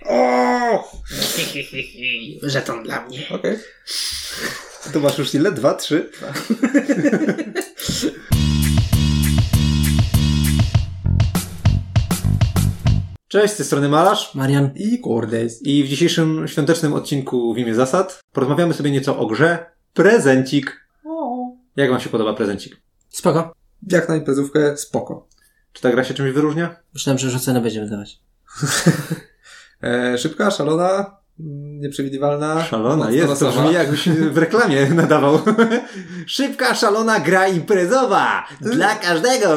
O! Żeton dla mnie. Okej. To masz już ile? 2, 3? Cześć, z tej strony Malarz Marian i Cordes. I w dzisiejszym świątecznym odcinku w imię zasad porozmawiamy sobie nieco o grze Prezencik. Jak wam się podoba Prezencik? Spoko. Jak na imprezówkę? Spoko. Czy ta gra się czymś wyróżnia? Myślałem, że już ocenę będziemy dawać. Szybka, szalona, nieprzewidywalna. Szalona, jest, to brzmi jakbyś w reklamie nadawał. Szybka, szalona gra imprezowa! Dla każdego!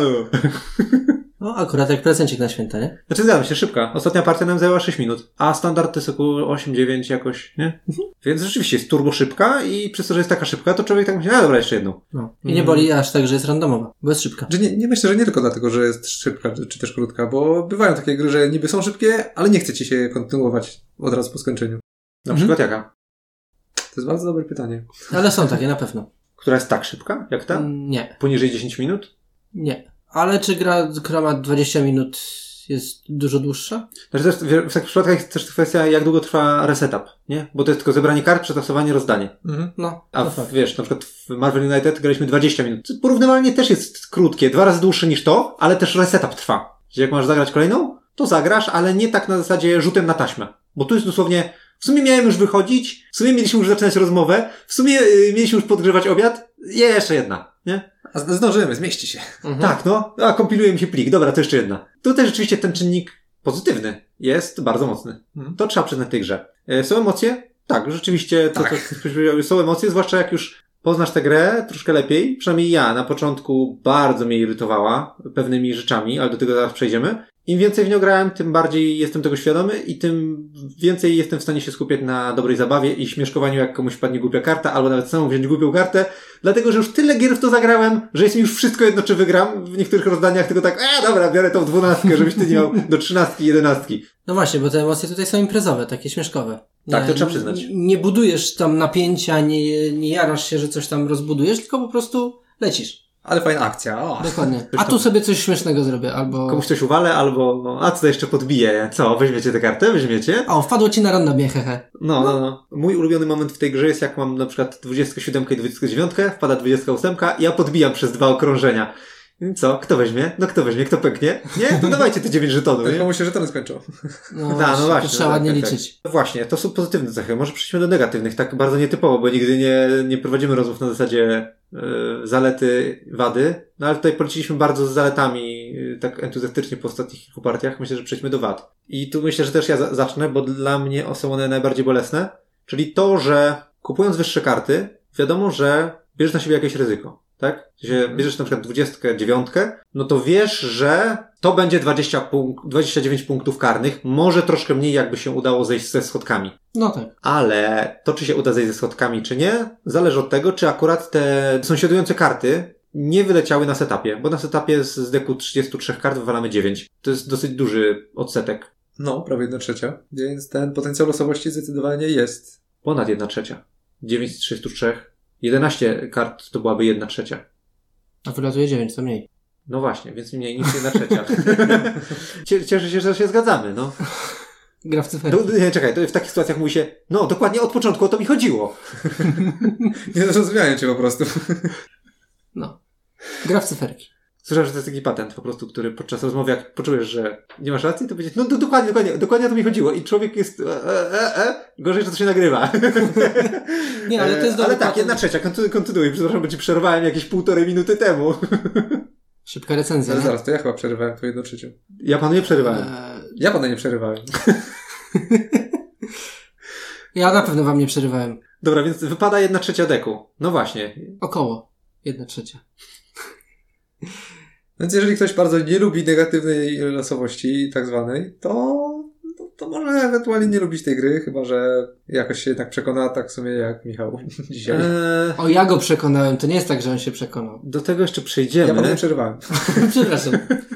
No, akurat jak prezencik na święta, nie? Znaczy zgadzam się, szybka. Ostatnia partia nam zajęła 6 minut, a standard to jest około 8-9 jakoś, nie? Więc rzeczywiście jest turbo szybka i przez to, że jest taka szybka, to człowiek tak myśli, no dobra, jeszcze jedną. No. I nie boli aż tak, że jest randomowa, bo jest szybka. Nie myślę, że nie tylko dlatego, że jest szybka, czy też krótka, bo bywają takie gry, że niby są szybkie, ale nie chce ci się kontynuować od razu po skończeniu. Na przykład jaka? To jest bardzo dobre pytanie. Ale są takie, na pewno. Która jest tak szybka, jak ta? Nie. Poniżej 10 minut? Nie. Ale czy gra, która ma 20 minut jest dużo dłuższa? Znaczy też w takich przypadkach jest też kwestia, jak długo trwa resetup, nie? Bo to jest tylko zebranie kart, przetasowanie, rozdanie. No. A wiesz, na przykład w Marvel United graliśmy 20 minut. Porównywalnie też jest krótkie, 2 razy dłuższe niż to, ale też resetup trwa. Czyli jak masz zagrać kolejną, to zagrasz, ale nie tak na zasadzie rzutem na taśmę. Bo tu jest dosłownie, w sumie miałem już wychodzić, w sumie mieliśmy już zaczynać rozmowę, w sumie mieliśmy już podgrzewać obiad, jeszcze jedna, nie? A zdążymy, zmieści się. Tak, no. A kompiluje mi się plik. Dobra, to jeszcze jedna. Tutaj rzeczywiście ten czynnik pozytywny jest bardzo mocny. To trzeba przyznać tej grze. Są emocje? Tak, rzeczywiście to, co są emocje, zwłaszcza jak już poznasz tę grę troszkę lepiej. Przynajmniej ja na początku bardzo mnie irytowała pewnymi rzeczami, ale do tego zaraz przejdziemy. Im więcej w nią grałem, tym bardziej jestem tego świadomy i tym więcej jestem w stanie się skupiać na dobrej zabawie i śmieszkowaniu, jak komuś padnie głupia karta, albo nawet samemu wziąć głupią kartę, dlatego, że już tyle gier w to zagrałem, że jest mi już wszystko jedno, czy wygram w niektórych rozdaniach, tylko tak, dobra, biorę tą 12, żebyś ty nie miał do 13, 11. No właśnie, bo te emocje tutaj są imprezowe, takie śmieszkowe. Tak, to trzeba przyznać. Nie budujesz tam napięcia, nie jarasz się, że coś tam rozbudujesz, tylko po prostu lecisz. Ale fajna akcja. O. Dokładnie. A tu sobie coś śmiesznego zrobię, albo... Komuś coś uwalę, albo a co jeszcze podbiję. Co, weźmiecie tę kartę? Weźmiecie? O, wpadło ci na randomie, hehe. No. Mój ulubiony moment w tej grze jest, jak mam na przykład 27 i 29, wpada 28 i ja podbijam przez 2 okrążenia. Co? Kto weźmie? No kto weźmie? Kto pęknie? Nie? To dawajcie te 9 żetonów, nie? Komu się żetony skończą. No właśnie. To trzeba ładnie tak. liczyć. Właśnie, to są pozytywne cechy. Może przejdźmy do negatywnych, tak bardzo nietypowo, bo nigdy nie prowadzimy rozmów na zasadzie zalety, wady. No ale tutaj poleciliśmy bardzo z zaletami, tak entuzjastycznie po ostatnich kilku partiach. Myślę, że przejdźmy do wad. I tu myślę, że też ja zacznę, bo dla mnie są one najbardziej bolesne. Czyli to, że kupując wyższe karty, wiadomo, że bierzesz na siebie jakieś ryzyko. Tak? Bierzesz na przykład 29, no to wiesz, że to będzie 29 punktów karnych, może troszkę mniej, jakby się udało zejść ze schodkami. No tak. Ale to, czy się uda zejść ze schodkami, czy nie, zależy od tego, czy akurat te sąsiadujące karty nie wyleciały na setupie, bo na setupie z deku 33 kart wywalamy 9. To jest dosyć duży odsetek. No, prawie 1/3. Więc ten potencjał losowości zdecydowanie jest. Ponad 1/3. 9 z 33. 11 kart to byłaby 1/3. A wylatuje 9, to mniej. No właśnie, więc mniej niż 1/3. Cieszę się, że się zgadzamy, no. Gra w cyferki. Nie, czekaj, to w takich sytuacjach mówi się, no dokładnie od początku o to mi chodziło. Nie zrozumiałem cię po prostu. No. Gra w cyferki. Słyszałem, że to jest taki patent po prostu, który podczas rozmowy, jak poczujesz, że nie masz racji, to powiedzieć, no dokładnie o to mi chodziło. I człowiek jest, gorzej, że to się nagrywa. Nie, ale to jest dobry ale tak, patent. 1/3, kontynuuj, przepraszam, bo ci przerwałem jakieś 1,5 minuty temu. Szybka recenzja, Ale nie? zaraz, to ja chyba przerywałem to 1/3. Ja panu nie przerywałem. Ja panu nie przerywałem. Ja na pewno wam nie przerywałem. Dobra, więc wypada 1/3 deku. No właśnie. Około 1/3. Więc jeżeli ktoś bardzo nie lubi negatywnej losowości tak zwanej, to może ewentualnie nie lubić tej gry, chyba że jakoś się jednak przekona, tak w sumie jak Michał dzisiaj. O, ja go przekonałem, to nie jest tak, że on się przekonał. Do tego jeszcze przejdziemy. Ja panu nie przerywałem. Przepraszam.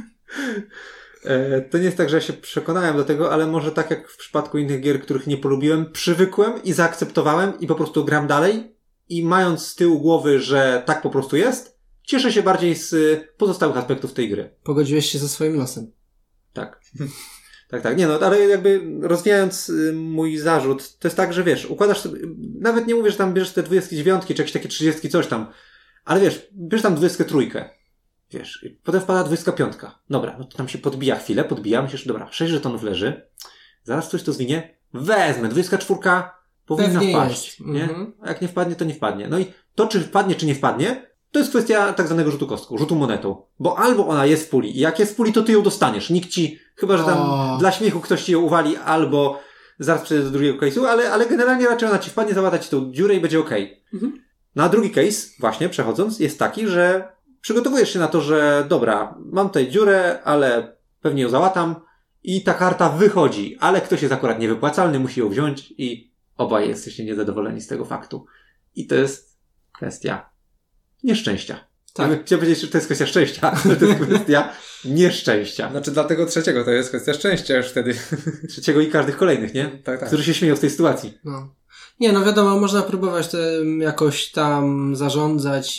To nie jest tak, że ja się przekonałem do tego, ale może tak jak w przypadku innych gier, których nie polubiłem, przywykłem i zaakceptowałem i po prostu gram dalej i mając z tyłu głowy, że tak po prostu jest, cieszę się bardziej z pozostałych aspektów tej gry. Pogodziłeś się ze swoim losem. Tak. Tak. Nie no, ale jakby rozwijając mój zarzut, to jest tak, że wiesz, układasz sobie, nawet nie mówię, że tam bierzesz te 29 czy jakieś takie 30 coś tam, ale wiesz, bierzesz tam 23, wiesz, potem wpada 25. Dobra, no to tam się podbija chwilę, myślisz, dobra, 6 żetonów leży, zaraz coś to zwinie, wezmę, 24 powinna pewnie wpaść, jest. nie? A jak nie wpadnie, to nie wpadnie. No i to, czy wpadnie, czy nie wpadnie, to jest kwestia tak zwanego rzutu kostką, rzutu monetą. Bo albo ona jest w puli i jak jest w puli, to ty ją dostaniesz. Nikt ci, chyba że tam dla śmiechu ktoś ci ją uwali, albo zaraz przejdę do drugiego case'u, ale generalnie raczej ona ci wpadnie, załata ci tą dziurę i będzie okej. No a drugi case, właśnie przechodząc, jest taki, że przygotowujesz się na to, że dobra, mam tutaj dziurę, ale pewnie ją załatam i ta karta wychodzi, ale ktoś jest akurat niewypłacalny, musi ją wziąć i obaj jesteście niezadowoleni z tego faktu. I to jest kwestia nieszczęścia. Tak. Chciałem powiedzieć, że to jest kwestia szczęścia, ale to jest kwestia nieszczęścia. Znaczy dlatego trzeciego to jest kwestia szczęścia już wtedy. Trzeciego i każdych kolejnych, nie? Tak. Którzy się śmieją z tej sytuacji. No. Nie, no wiadomo, można próbować tym jakoś tam zarządzać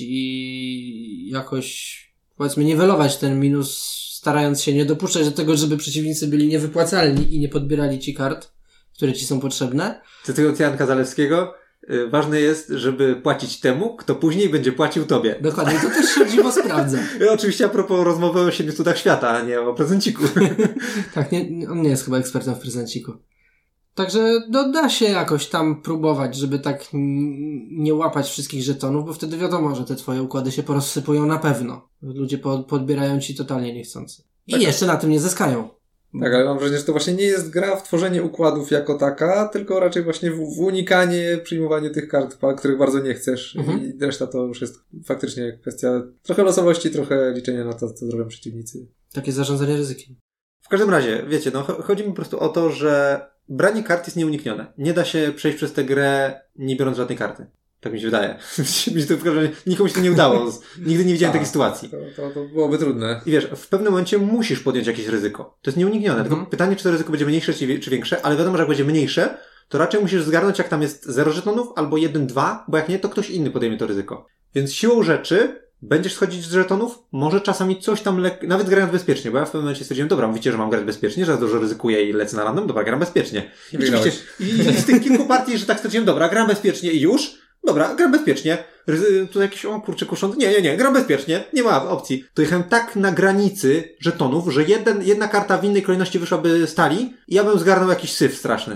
i jakoś, powiedzmy, niwelować ten minus, starając się nie dopuszczać do tego, żeby przeciwnicy byli niewypłacalni i nie podbierali ci kart, które ci są potrzebne. Cytując Janka Zalewskiego, ważne jest, żeby płacić temu, kto później będzie płacił tobie. Dokładnie, to też się dziwo sprawdza. Oczywiście a propos rozmowy o 7 cudach świata, a nie o prezenciku. Tak, on nie jest chyba ekspertem w prezenciku. Także da się jakoś tam próbować, żeby tak nie łapać wszystkich żetonów, bo wtedy wiadomo, że te twoje układy się porozsypują na pewno. Ludzie podbierają ci totalnie niechcący. I tak. Jeszcze na tym nie zyskają. Tak, ale mam wrażenie, że to właśnie nie jest gra w tworzenie układów jako taka, tylko raczej właśnie w unikanie, przyjmowanie tych kart, których bardzo nie chcesz. I reszta to już jest faktycznie kwestia trochę losowości, trochę liczenia na to, co zrobią przeciwnicy. Takie zarządzanie ryzykiem. W każdym razie, wiecie, no chodzi mi po prostu o to, że branie kart jest nieuniknione. Nie da się przejść przez tę grę nie biorąc żadnej karty. Tak mi się wydaje. Nikomu się to nie udało. Nigdy nie widziałem takiej sytuacji. To byłoby trudne. I wiesz, w pewnym momencie musisz podjąć jakieś ryzyko. To jest nieuniknione. Tylko pytanie, czy to ryzyko będzie mniejsze, czy większe, ale wiadomo, że jak będzie mniejsze, to raczej musisz zgarnąć, jak tam jest 0 żetonów, albo 1, 2, bo jak nie, to ktoś inny podejmie to ryzyko. Więc siłą rzeczy będziesz schodzić z żetonów, może czasami coś tam nawet grając bezpiecznie, bo ja w pewnym momencie stwierdziłem, dobra, mówicie, że mam grać bezpiecznie, że za dużo ryzykuję i lecę na random, dobra, gram bezpiecznie. I z tych kilku partii, że tak stwierdziłem, dobra, gram bezpiecznie i już. Dobra, gram bezpiecznie. Tu jakiś, kuszący. Nie, gram bezpiecznie. Nie ma opcji. To jechałem tak na granicy żetonów, że jedna karta w innej kolejności wyszłaby stali i ja bym zgarnął jakiś syf straszny.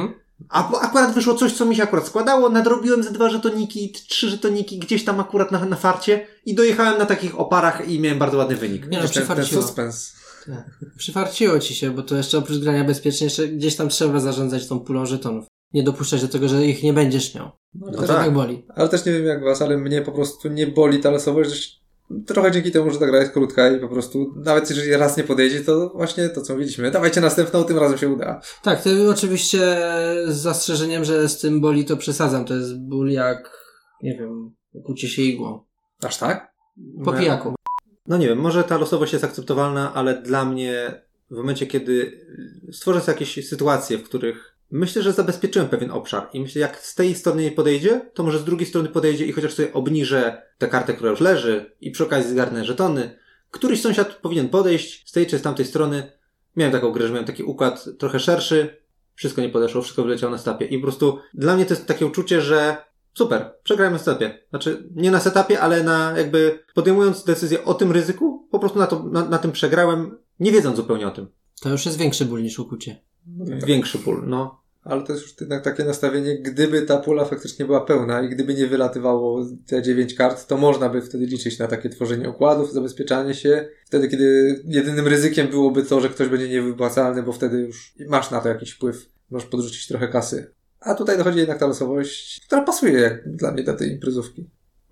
A akurat wyszło coś, co mi się akurat składało, nadrobiłem ze 2 żetoniki, 3 żetoniki gdzieś tam akurat na farcie i dojechałem na takich oparach i miałem bardzo ładny wynik. Nie no, przyfarciło. Ten suspens. Tak. Przyfarciło ci się, bo to jeszcze oprócz grania bezpiecznie, jeszcze gdzieś tam trzeba zarządzać tą pulą żetonów. Nie dopuszczać do tego, że ich nie będziesz miał. No to tak boli. Ale też nie wiem jak was, ale mnie po prostu nie boli ta losowość. Trochę dzięki temu, że ta gra jest krótka i po prostu nawet jeżeli raz nie podejdzie, to właśnie to co mówiliśmy. Dawajcie następną, tym razem się uda. Tak, to oczywiście z zastrzeżeniem, że z tym boli to przesadzam. To jest ból jak, nie wiem, kłucie się igłą. Aż tak? Po pijaku. No nie wiem, może ta losowość jest akceptowalna, ale dla mnie w momencie, kiedy stworzę sobie jakieś sytuacje, w których myślę, że zabezpieczyłem pewien obszar i myślę, jak z tej strony nie podejdzie, to może z drugiej strony podejdzie i chociaż sobie obniżę tę kartę, która już leży i przy okazji zgarnę żetony. Któryś sąsiad powinien podejść z tej czy z tamtej strony. Miałem taką grę, że miałem taki układ trochę szerszy, wszystko nie podeszło, wszystko wyleciało na setupie i po prostu dla mnie to jest takie uczucie, że super, przegrałem na setupie. Znaczy, nie na setupie, ale na jakby podejmując decyzję o tym ryzyku, po prostu na tym przegrałem, nie wiedząc zupełnie o tym. To już jest większy ból niż ukucie. Większy ból, no. Ale to jest już jednak takie nastawienie, gdyby ta pula faktycznie była pełna i gdyby nie wylatywało te 9 kart, to można by wtedy liczyć na takie tworzenie układów, zabezpieczanie się. Wtedy, kiedy jedynym ryzykiem byłoby to, że ktoś będzie niewypłacalny, bo wtedy już masz na to jakiś wpływ. Możesz podrzucić trochę kasy. A tutaj dochodzi jednak ta losowość, która pasuje jak dla mnie do tej imprezówki.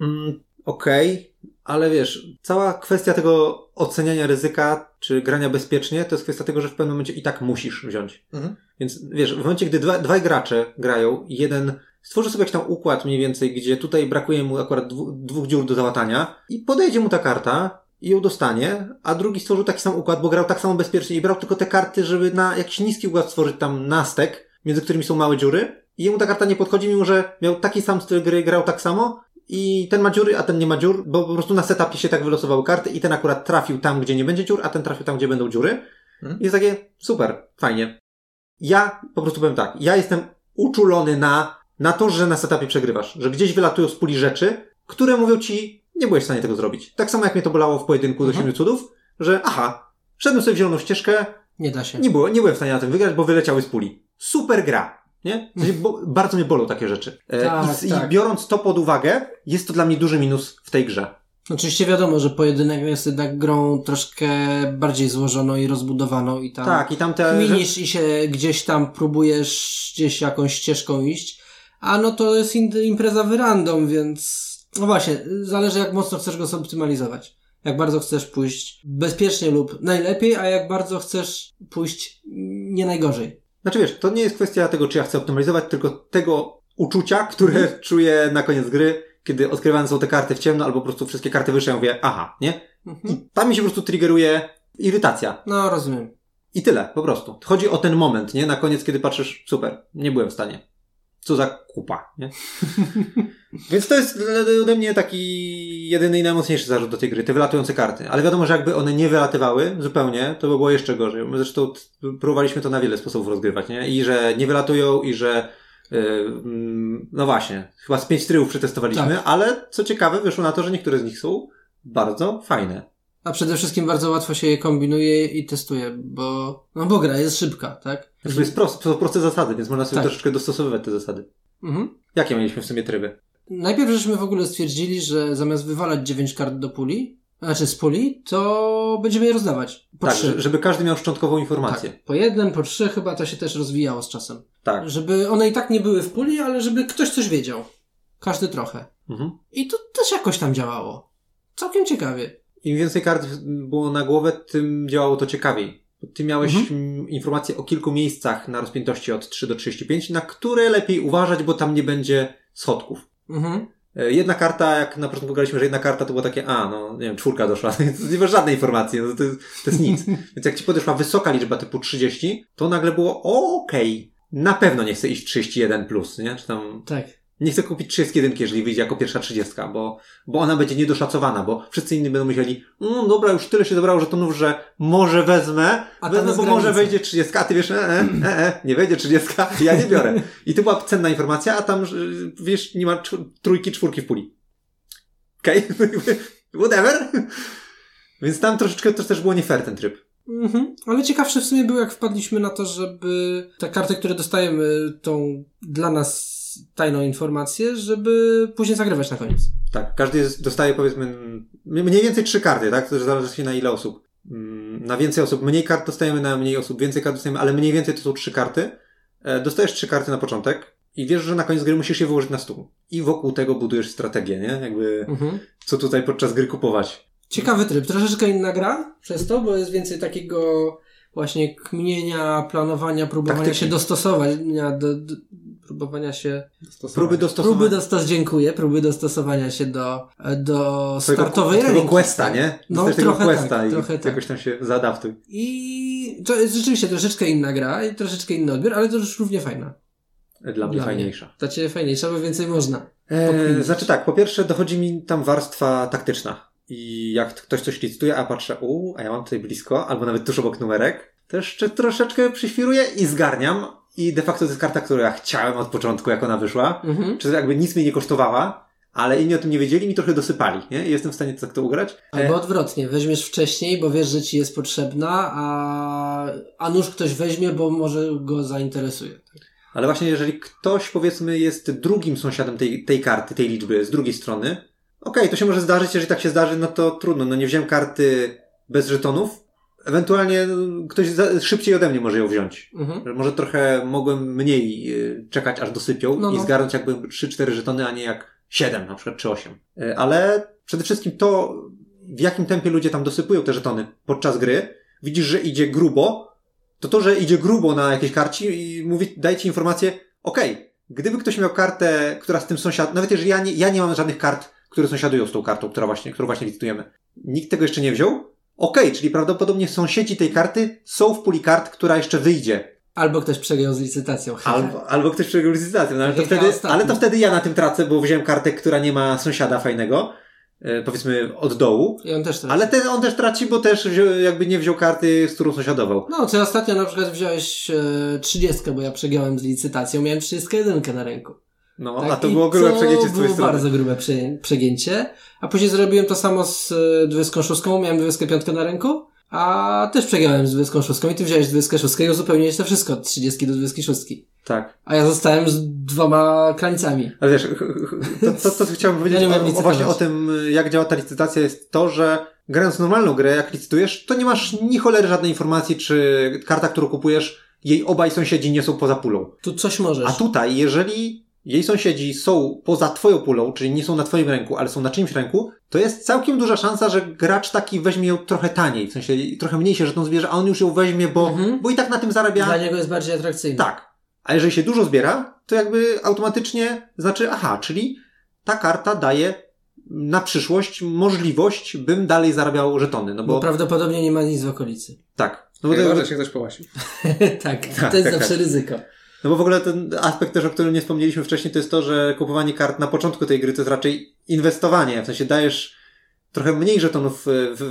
Okej, ale wiesz, cała kwestia tego oceniania ryzyka, czy grania bezpiecznie, to jest kwestia tego, że w pewnym momencie i tak musisz wziąć. Więc wiesz, w momencie, gdy dwaj gracze grają, jeden stworzy sobie jakiś tam układ mniej więcej, gdzie tutaj brakuje mu akurat dwóch dziur do załatania i podejdzie mu ta karta i ją dostanie, a drugi stworzył taki sam układ, bo grał tak samo bezpiecznie i brał tylko te karty, żeby na jakiś niski układ stworzyć tam nastek, między którymi są małe dziury i jemu ta karta nie podchodzi, mimo że miał taki sam styl gry, grał tak samo i ten ma dziury, a ten nie ma dziur, bo po prostu na setupie się tak wylosowały karty i ten akurat trafił tam, gdzie nie będzie dziur, a ten trafił tam, gdzie będą dziury. Jest takie super, fajnie. Ja po prostu powiem tak, ja jestem uczulony na to, że na setupie przegrywasz, że gdzieś wylatują z puli rzeczy, które mówią ci, nie byłeś w stanie tego zrobić. Tak samo jak mnie to bolało w pojedynku do 7 cudów, że szedłem sobie w zieloną ścieżkę, nie da się. Nie byłem w stanie na tym wygrać, bo wyleciały z puli. Super gra, nie? W sensie, bardzo mnie bolą takie rzeczy. I biorąc to pod uwagę, jest to dla mnie duży minus w tej grze. Oczywiście wiadomo, że pojedynek jest jednak grą troszkę bardziej złożoną i rozbudowaną i tam tak, i tam kminisz i się gdzieś tam próbujesz gdzieś jakąś ścieżką iść, a no to jest impreza wyrandą, więc no właśnie, zależy jak mocno chcesz go zoptymalizować. Jak bardzo chcesz pójść bezpiecznie lub najlepiej, a jak bardzo chcesz pójść nie najgorzej. Znaczy wiesz, to nie jest kwestia tego, czy ja chcę optymalizować, tylko tego uczucia, które czuję na koniec gry, kiedy odkrywane są te karty w ciemno, albo po prostu wszystkie karty wyższe, ja mówię, nie? I tam mi się po prostu triggeruje irytacja. No, rozumiem. I tyle, po prostu. Chodzi o ten moment, nie? Na koniec, kiedy patrzysz, super, nie byłem w stanie. Co za kupa, nie? Więc to jest ode mnie taki jedyny i najmocniejszy zarzut do tej gry, te wylatujące karty. Ale wiadomo, że jakby one nie wylatywały zupełnie, to by było jeszcze gorzej. My zresztą próbowaliśmy to na wiele sposobów rozgrywać, nie? I że nie wylatują, i że no właśnie, chyba z 5 tryów przetestowaliśmy, tak. Ale co ciekawe, wyszło na to, że niektóre z nich są bardzo fajne. A przede wszystkim bardzo łatwo się je kombinuje i testuje, bo gra jest szybka, tak? To jest proste zasady, więc można sobie troszeczkę dostosowywać te zasady. Jakie mieliśmy w sumie tryby? Najpierw żeśmy w ogóle stwierdzili, że zamiast wywalać 9 kart z puli, to będziemy je rozdawać. Po 3. Żeby każdy miał szczątkową informację. Tak, po 1, po 3 chyba to się też rozwijało z czasem. Tak. Żeby one i tak nie były w puli, ale żeby ktoś coś wiedział. Każdy trochę. I to też jakoś tam działało. Całkiem ciekawie. Im więcej kart było na głowę, tym działało to ciekawiej. Ty miałeś informacje o kilku miejscach na rozpiętości od 3 do 35, na które lepiej uważać, bo tam nie będzie schodków. Jedna karta, jak na początku graliśmy, że jedna karta to było takie, nie wiem, 4 doszła, nie ma żadnej informacji, to jest nic. Więc jak ci podeszła wysoka liczba typu 30, to nagle było okej, na pewno nie chcę iść 31 plus, nie? Czy tam... Tak. Nie chcę kupić 31, jeżeli wyjdzie jako pierwsza 30, bo ona będzie niedoszacowana, bo wszyscy inni będą myśleli, dobra, już tyle się zebrało żetonów, że może wezmę, bo może wejdzie 30, a ty wiesz, nie wejdzie 30, ja nie biorę. I to była cenna informacja, a tam, wiesz, nie ma 3, 4 w puli. Okej? Whatever. Więc tam troszeczkę to też było nie fair ten tryb. Ale ciekawsze w sumie było, jak wpadliśmy na to, żeby te karty, które dostajemy, tą dla nas tajną informację, żeby później zagrywać na koniec. Tak, każdy dostaje powiedzmy mniej więcej 3 karty, tak? To też zależy na ile osób. Na więcej osób mniej kart dostajemy, na mniej osób więcej kart dostajemy, ale mniej więcej to są 3 karty. Dostajesz 3 karty na początek i wiesz, że na koniec gry musisz je wyłożyć na stół. I wokół tego budujesz strategię, nie? Jakby co tutaj podczas gry kupować. Ciekawy tryb. Troszeczkę inna gra przez to, bo jest więcej takiego właśnie kminienia, planowania, próbowania się dostosować, próby dostosowania się do startowej ręki. Tego questa, nie? No, trochę questa tak, i trochę jakoś tam się zaadaptuj. I to jest rzeczywiście troszeczkę inna gra i troszeczkę inny odbiór, ale to już równie fajna. Dla mnie fajniejsza. Dla ciebie fajniejsza, bo więcej można. Znaczy tak, po pierwsze dochodzi mi tam warstwa taktyczna. I jak ktoś coś listuje, a patrzę, a ja mam tutaj blisko, albo nawet tuż obok numerek, to jeszcze troszeczkę przyświruję i zgarniam. I de facto to jest karta, którą ja chciałem od początku, jak ona wyszła. Czy jakby nic mnie nie kosztowała, ale inni o tym nie wiedzieli, mi trochę dosypali, nie? I jestem w stanie tak to ugrać. Albo odwrotnie, weźmiesz wcześniej, bo wiesz, że ci jest potrzebna, a nóż ktoś weźmie, bo może go zainteresuje. Tak? Ale właśnie jeżeli ktoś, powiedzmy, jest drugim sąsiadem tej karty, tej liczby z drugiej strony, to się może zdarzyć, jeżeli tak się zdarzy, no to trudno, nie wziąłem karty bez żetonów. Ewentualnie ktoś szybciej ode mnie może ją wziąć. Może trochę mogłem mniej czekać, aż dosypią i zgarnąć jakby 3-4 żetony, a nie jak 7 na przykład, czy 8. Ale przede wszystkim to, w jakim tempie ludzie tam dosypują te żetony podczas gry, widzisz, że idzie grubo, to, że idzie grubo na jakiejś karcie i mówi, daje ci informację, gdyby ktoś miał kartę, która z tym sąsiaduje, nawet jeżeli ja nie mam żadnych kart, które sąsiadują z tą kartą, którą właśnie licytujemy. Nikt tego jeszcze nie wziął? Czyli prawdopodobnie sąsiedzi tej karty są w puli kart, która jeszcze wyjdzie. Albo ktoś przegrał z licytacją. Albo ktoś przegrał z licytacją. Ale to wtedy ja na tym tracę, bo wziąłem kartę, która nie ma sąsiada fajnego. powiedzmy od dołu. I on też traci. Ale on też traci, bo też jakby nie wziął karty, z którą sąsiadował. No, co ostatnio na przykład wziąłeś 30, bo ja przegiąłem z licytacją, miałem 31 na ręku. No, tak? a to było grube przegięcie z twojej strony. To było bardzo grube przegięcie. A później zrobiłem to samo z 26, miałem 25 na ręku, a też przegiąłem z 26 i ty wziąłeś 26 i uzupełniłeś to wszystko od 30 do 26. Tak. A ja zostałem z 2 krańcami. Ale wiesz, to chciałbym powiedzieć właśnie o tym, jak działa ta licytacja, jest to, że grając normalną grę, jak licytujesz, to nie masz ni cholery żadnej informacji, czy karta, którą kupujesz, jej obaj sąsiedzi nie są poza pulą. Tu coś możesz. A tutaj, jeżeli jej sąsiedzi są poza twoją pulą, czyli nie są na twoim ręku, ale są na czyimś ręku, to jest całkiem duża szansa, że gracz taki weźmie ją trochę taniej, w sensie trochę mniej się żeton zbierze, a on już ją weźmie, bo i tak na tym zarabia. Dla niego jest bardziej atrakcyjny. Tak. A jeżeli się dużo zbiera, to jakby automatycznie znaczy, czyli ta karta daje na przyszłość możliwość, bym dalej zarabiał żetony. No bo prawdopodobnie nie ma nic w okolicy. Tak. No bo chyba, że się ktoś połasił. tak, to jest zawsze ryzyko. No bo w ogóle ten aspekt też, o którym nie wspomnieliśmy wcześniej, to jest to, że kupowanie kart na początku tej gry to jest raczej inwestowanie. W sensie dajesz trochę mniej żetonów,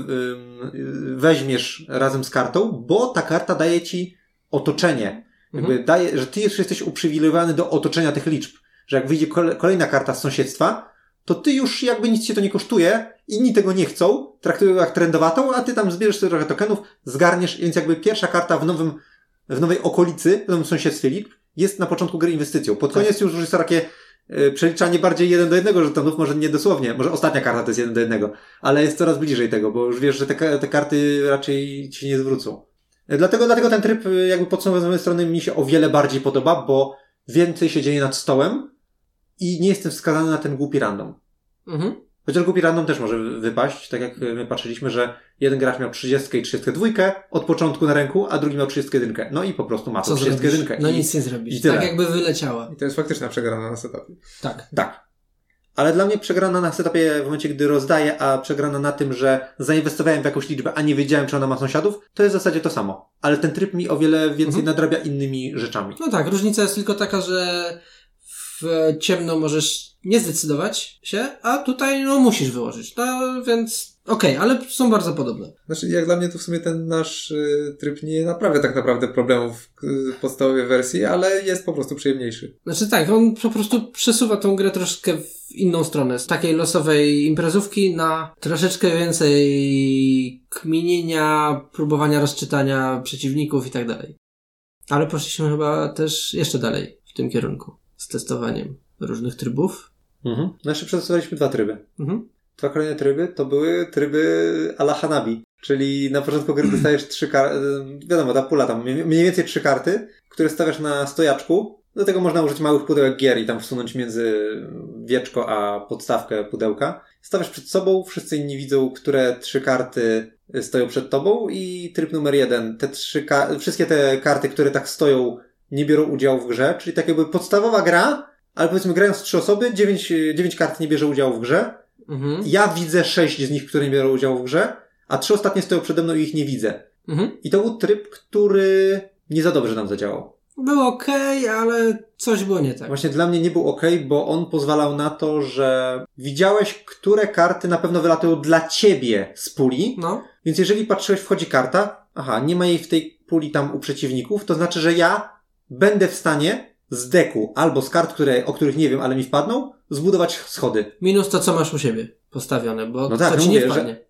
weźmiesz razem z kartą, bo ta karta daje ci otoczenie. Jakby daje, że ty jesteś uprzywilejowany do otoczenia tych liczb. Że jak wyjdzie kolejna karta z sąsiedztwa, to ty już jakby nic cię to nie kosztuje, inni tego nie chcą, traktują jak trendowatą, a ty tam zbierzesz sobie trochę tokenów, zgarniesz, więc jakby pierwsza karta w nowej okolicy, w nowym sąsiedztwie liczb, jest na początku gry inwestycją. Pod koniec już jest to takie przeliczanie bardziej 1 do 1 żetonów, może nie dosłownie, może ostatnia karta to jest 1 do 1, ale jest coraz bliżej tego, bo już wiesz, że te karty raczej ci się nie zwrócą. Dlatego ten tryb, jakby podsumowując z mojej strony, mi się o wiele bardziej podoba, bo więcej się dzieje nad stołem i nie jestem wskazany na ten głupi random. Chociaż głupi random też może wypaść, tak jak my patrzyliśmy, że jeden gracz miał 30 i 32 od początku na ręku, a drugi miał 31. No i po prostu ma to 31. No nic nie zrobisz. Tak jakby wyleciała. I to jest faktyczna przegrana na setupie. Tak. Ale dla mnie przegrana na setupie w momencie, gdy rozdaję, a przegrana na tym, że zainwestowałem w jakąś liczbę, a nie wiedziałem, czy ona ma sąsiadów, to jest w zasadzie to samo. Ale ten tryb mi o wiele więcej nadrabia innymi rzeczami. No tak, różnica jest tylko taka, że w ciemno możesz nie zdecydować się, a tutaj musisz wyłożyć. No więc okej, ale są bardzo podobne. Znaczy jak dla mnie to w sumie ten nasz tryb nie naprawia tak naprawdę problemów podstawowej wersji, ale jest po prostu przyjemniejszy. Znaczy tak, on po prostu przesuwa tą grę troszkę w inną stronę. Z takiej losowej imprezówki na troszeczkę więcej kminienia, próbowania rozczytania przeciwników i tak dalej. Ale poszliśmy chyba też jeszcze dalej w tym kierunku. Z testowaniem różnych trybów. No jeszcze przetestowaliśmy 2 tryby. 2 kolejne tryby to były tryby a la Hanabi. Czyli na początku gry dostajesz 3 karty, wiadomo, ta pula tam, mniej więcej 3 karty, które stawiasz na stojaczku. Do tego można użyć małych pudełek gier i tam wsunąć między wieczko a podstawkę pudełka. Stawiasz przed sobą, wszyscy inni widzą, które 3 karty stoją przed tobą i tryb numer 1. Wszystkie te karty, które tak stoją, nie biorą udziału w grze, czyli tak jakby podstawowa gra, ale powiedzmy grając 3 osoby, 9 kart nie bierze udziału w grze. Ja widzę 6 z nich, które nie biorą udziału w grze, a 3 ostatnie stoją przede mną i ich nie widzę. I to był tryb, który nie za dobrze nam zadziałał. Był okej, ale coś było nie tak. Właśnie dla mnie nie był okej, bo on pozwalał na to, że widziałeś, które karty na pewno wylatują dla ciebie z puli. No. Więc jeżeli patrzyłeś, wchodzi karta, nie ma jej w tej puli tam u przeciwników, to znaczy, że ja będę w stanie z deku albo z kart, o których nie wiem, ale mi wpadną, zbudować schody. Minus to, co masz u siebie postawione, bo tak, to ci nie wpadnie.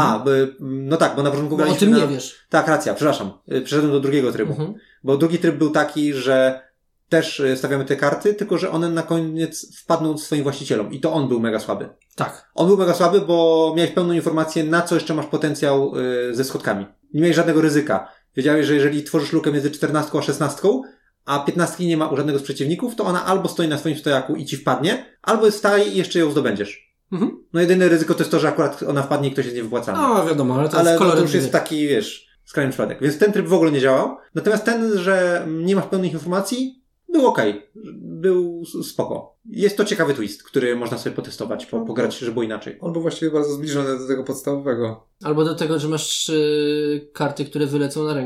No tak, bo na początku bo o tym nie wiesz. Tak, racja, przepraszam. Przeszedłem do drugiego trybu. Bo drugi tryb był taki, że też stawiamy te karty, tylko że one na koniec wpadną swoim właścicielom. I to on był mega słaby. Tak. On był mega słaby, bo miałeś pełną informację, na co jeszcze masz potencjał ze schodkami. Nie miałeś żadnego ryzyka. Wiedziałeś, że jeżeli tworzysz lukę między 14 a 16, a 15 nie ma u żadnego z przeciwników, to ona albo stoi na swoim stojaku i ci wpadnie, albo staje i jeszcze ją zdobędziesz. No jedyne ryzyko to jest to, że akurat ona wpadnie i ktoś jest niewypłacalny. No wiadomo, ale to jest to już jest taki, skrajny przypadek. Więc ten tryb w ogóle nie działał. Natomiast ten, że nie masz pełnych informacji, był okej. Był spoko. Jest to ciekawy twist, który można sobie potestować, pograć, żeby było inaczej. On był właściwie bardzo zbliżony do tego podstawowego. Albo do tego, że masz 3 karty, które wylecą na ręku.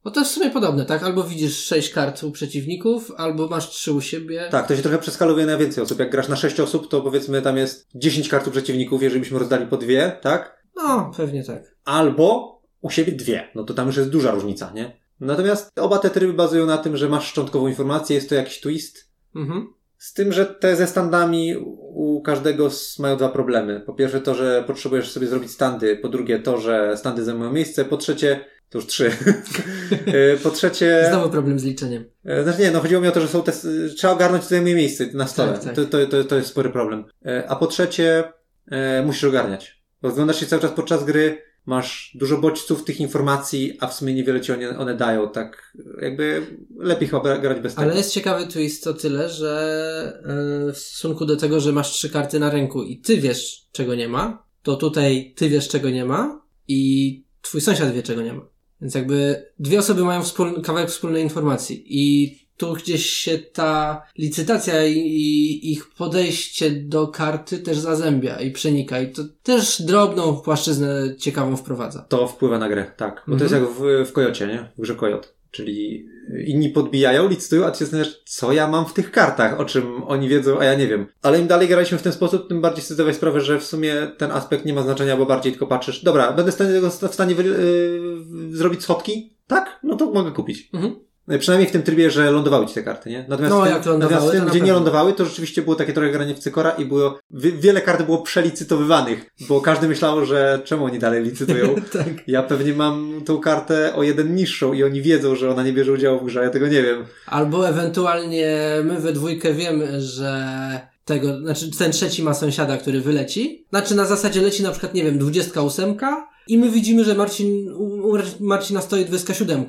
No to jest w sumie podobne, tak? Albo widzisz 6 kart u przeciwników, albo masz 3 u siebie. Tak, to się trochę przeskalowuje na więcej osób. Jak grasz na 6 osób, to powiedzmy tam jest 10 kart u przeciwników, jeżeli byśmy rozdali po 2, tak? No, pewnie tak. Albo u siebie 2. No to tam już jest duża różnica, nie? Natomiast oba te tryby bazują na tym, że masz szczątkową informację, jest to jakiś twist. Z tym, że te ze standami u każdego mają 2 problemy. Po pierwsze to, że potrzebujesz sobie zrobić standy. Po drugie to, że standy zajmują miejsce. Po trzecie, to już 3. Po trzecie... Znowu problem z liczeniem. Znaczy nie, no chodziło mi o to, że są te... Trzeba ogarnąć, co zajmuje miejsce na stole. Tak. To jest spory problem. A po trzecie musisz ogarniać. Rozglądasz się cały czas podczas gry, masz dużo bodźców tych informacji, a w sumie niewiele ci one dają, tak jakby lepiej chyba grać bez tego. Ale jest ciekawy twist o tyle, że w stosunku do tego, że masz 3 karty na ręku i ty wiesz, czego nie ma, to tutaj ty wiesz, czego nie ma i twój sąsiad wie, czego nie ma. Więc jakby 2 osoby mają kawałek wspólnej informacji i tu gdzieś się ta licytacja i ich podejście do karty też zazębia i przenika i to też drobną płaszczyznę ciekawą wprowadza. To wpływa na grę, tak. Bo to jest jak w Kojocie, nie? W grze Kojot. Czyli inni podbijają, licytują, a ty się zastanawiasz, co ja mam w tych kartach, o czym oni wiedzą, a ja nie wiem. Ale im dalej graliśmy w ten sposób, tym bardziej sobie zdawać sprawę, że w sumie ten aspekt nie ma znaczenia, bo bardziej tylko patrzysz, dobra, będę w stanie zrobić schodki? Tak? No to mogę kupić. Przynajmniej w tym trybie, że lądowały ci te karty, nie? Natomiast w tym, gdzie nie lądowały, to rzeczywiście było takie trochę granie w cykora i było, wiele kart było przelicytowywanych, bo każdy myślał, że czemu oni dalej licytują. Tak. Ja pewnie mam tą kartę o 1 niższą i oni wiedzą, że ona nie bierze udziału w grze, a ja tego nie wiem. Albo ewentualnie my we dwójkę wiemy, że ten trzeci ma sąsiada, który wyleci. Znaczy na zasadzie leci na przykład, nie wiem, 28 i my widzimy, że u Marcina stoi 27.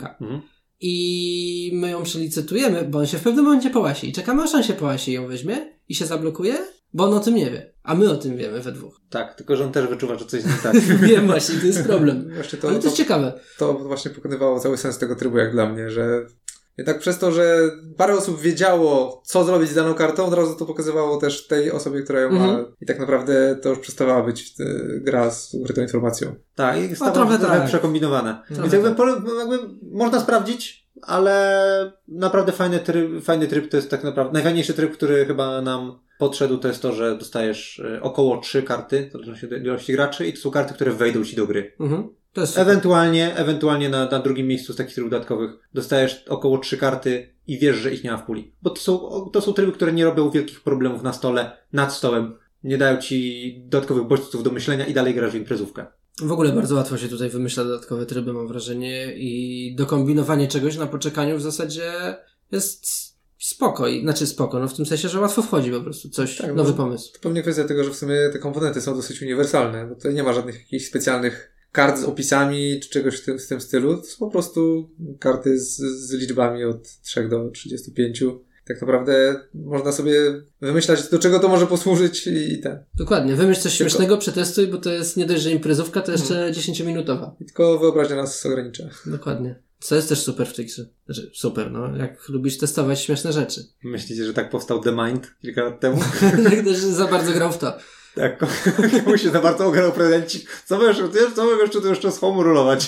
I my ją przelicytujemy, bo on się w pewnym momencie połasi. I czekamy, aż on się połasi i ją weźmie i się zablokuje, bo on o tym nie wie. A my o tym wiemy we 2. Tak, tylko że on też wyczuwa, że coś nie tak. Wiem właśnie, to jest problem. Właśnie ale to jest ciekawe. To właśnie pokonywało cały sens tego trybu, jak dla mnie, że jednak przez to, że parę osób wiedziało, co zrobić z daną kartą, od razu to pokazywało też tej osobie, która ją ma. I tak naprawdę to już przestawała być gra z ukrytą informacją. Tak, i stawało się trochę przekombinowane. Więc jakby można sprawdzić, ale naprawdę fajny tryb to jest tak naprawdę najfajniejszy tryb, który chyba nam podszedł, to jest to, że dostajesz około 3 karty, to zależy od ilości graczy i to są karty, które wejdą ci do gry. To jest Ewentualnie na drugim miejscu z takich trybów dodatkowych dostajesz około 3 karty i wiesz, że ich nie ma w puli. Bo to są tryby, które nie robią wielkich problemów na stole, nad stołem. Nie dają ci dodatkowych bodźców do myślenia i dalej grasz w imprezówkę. W ogóle bardzo łatwo się tutaj wymyśla dodatkowe tryby, mam wrażenie, i dokombinowanie czegoś na poczekaniu w zasadzie jest spoko. No w tym sensie, że łatwo wchodzi po prostu. Nowy pomysł. To pewnie kwestia tego, że w sumie te komponenty są dosyć uniwersalne, bo tutaj nie ma żadnych jakichś specjalnych kart z opisami czy czegoś w tym stylu. To są po prostu karty z liczbami od 3 do 35. Tak naprawdę można sobie wymyślać, do czego to może posłużyć i ten. Dokładnie. Wymyśl coś śmiesznego, przetestuj, bo to jest nie dość, że imprezówka, to jeszcze 10-minutowa. I tylko wyobraźnia nas ogranicza. Dokładnie. Co jest też super w tej grze. Znaczy, super, no. Jak lubisz testować śmieszne rzeczy. Myślicie, że tak powstał The Mind kilka lat temu? Tak też za bardzo grał w to. Tak, mu się za bardzo ograł prezencik. Co wy jeszcze z homu rolować?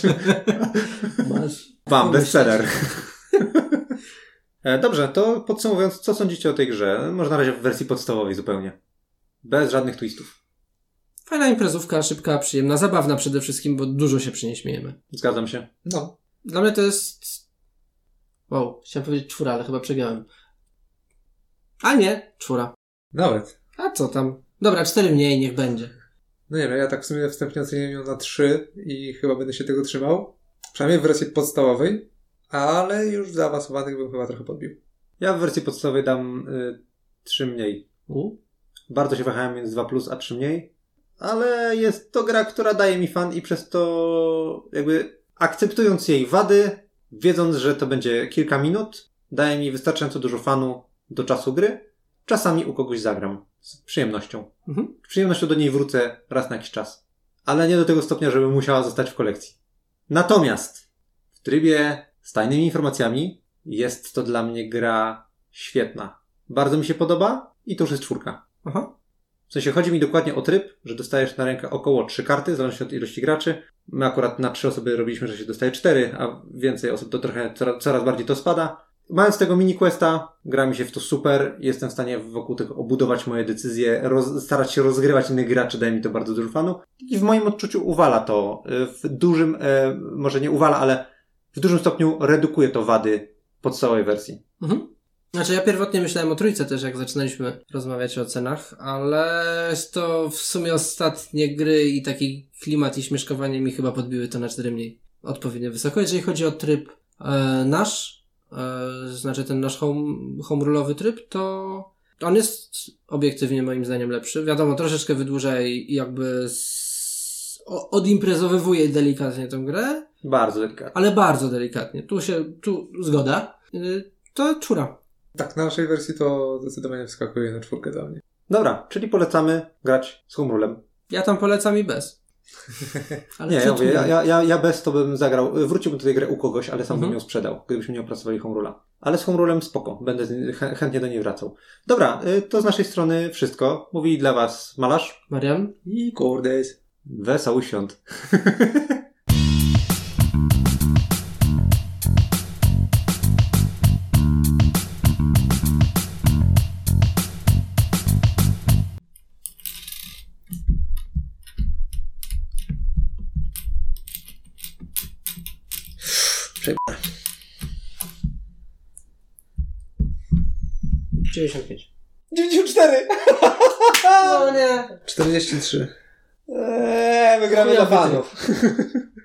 Masz. Bam, bestseller. Dobrze, to podsumowując, co sądzicie o tej grze? Może na razie w wersji podstawowej zupełnie. Bez żadnych twistów. Fajna imprezówka, szybka, przyjemna, zabawna przede wszystkim, bo dużo się przy niej śmiejemy. Zgadzam się. No. Dla mnie to jest... Wow, chciałem powiedzieć 4, ale chyba przegrałem. A nie, 4. Nawet. A co tam? Dobra, 4 mniej, niech będzie. No nie wiem, ja tak w sumie wstępnie oceniłem ją na 3 i chyba będę się tego trzymał. Przynajmniej w wersji podstawowej, ale już w zaawansowanych bym chyba trochę podbił. Ja w wersji podstawowej dam 3 mniej. Bardzo się wahałem między 2+, a 3 mniej, ale jest to gra, która daje mi fan i przez to jakby akceptując jej wady, wiedząc, że to będzie kilka minut, daje mi wystarczająco dużo fanu do czasu gry. Czasami u kogoś zagram. Z przyjemnością. Z przyjemnością do niej wrócę raz na jakiś czas. Ale nie do tego stopnia, żeby musiała zostać w kolekcji. Natomiast w trybie z tajnymi informacjami jest to dla mnie gra świetna. Bardzo mi się podoba i to już jest 4. Aha. W sensie chodzi mi dokładnie o tryb, że dostajesz na rękę około 3 karty, w zależności od ilości graczy. My akurat na 3 osoby robiliśmy, że się dostaje 4, a więcej osób to trochę coraz bardziej to spada. Mając tego mini-questa, gra mi się w to super, jestem w stanie wokół tego obudować moje decyzje, starać się rozgrywać innych graczy, daje mi to bardzo dużo fanu. I w moim odczuciu uwala to, w dużym, może nie uwala, ale w dużym stopniu redukuje to wady podstawowej wersji. Mhm. Znaczy ja pierwotnie myślałem o trójce też, jak zaczynaliśmy rozmawiać o cenach, ale jest to w sumie ostatnie gry i taki klimat i śmieszkowanie mi chyba podbiły to na 4 mniej odpowiednio wysoko. Jeżeli chodzi o tryb nasz, znaczy ten nasz home rule'owy tryb, to on jest obiektywnie moim zdaniem lepszy. Wiadomo, troszeczkę wydłuża i jakby odimprezowywuje delikatnie tę grę. Bardzo delikatnie. Ale bardzo delikatnie. Tu zgoda. To 4. Tak, na naszej wersji to zdecydowanie wskakuje na 4 dla mnie. Dobra, czyli polecamy grać z home rulem. Ja tam polecam i bez. Ale nie, ja mówię, ja bez to bym zagrał, wróciłbym do tej gry u kogoś, ale sam bym ją sprzedał, gdybyśmy nie opracowali home rula. Ale z home rulem spoko, będę chętnie do niej wracał. Dobra, to z naszej strony wszystko. Mówi dla was Malarz, Marian i Kordes. Wesoły świąt. Przejmę. 95. 94! No nie. 43. My gramy dla fanów.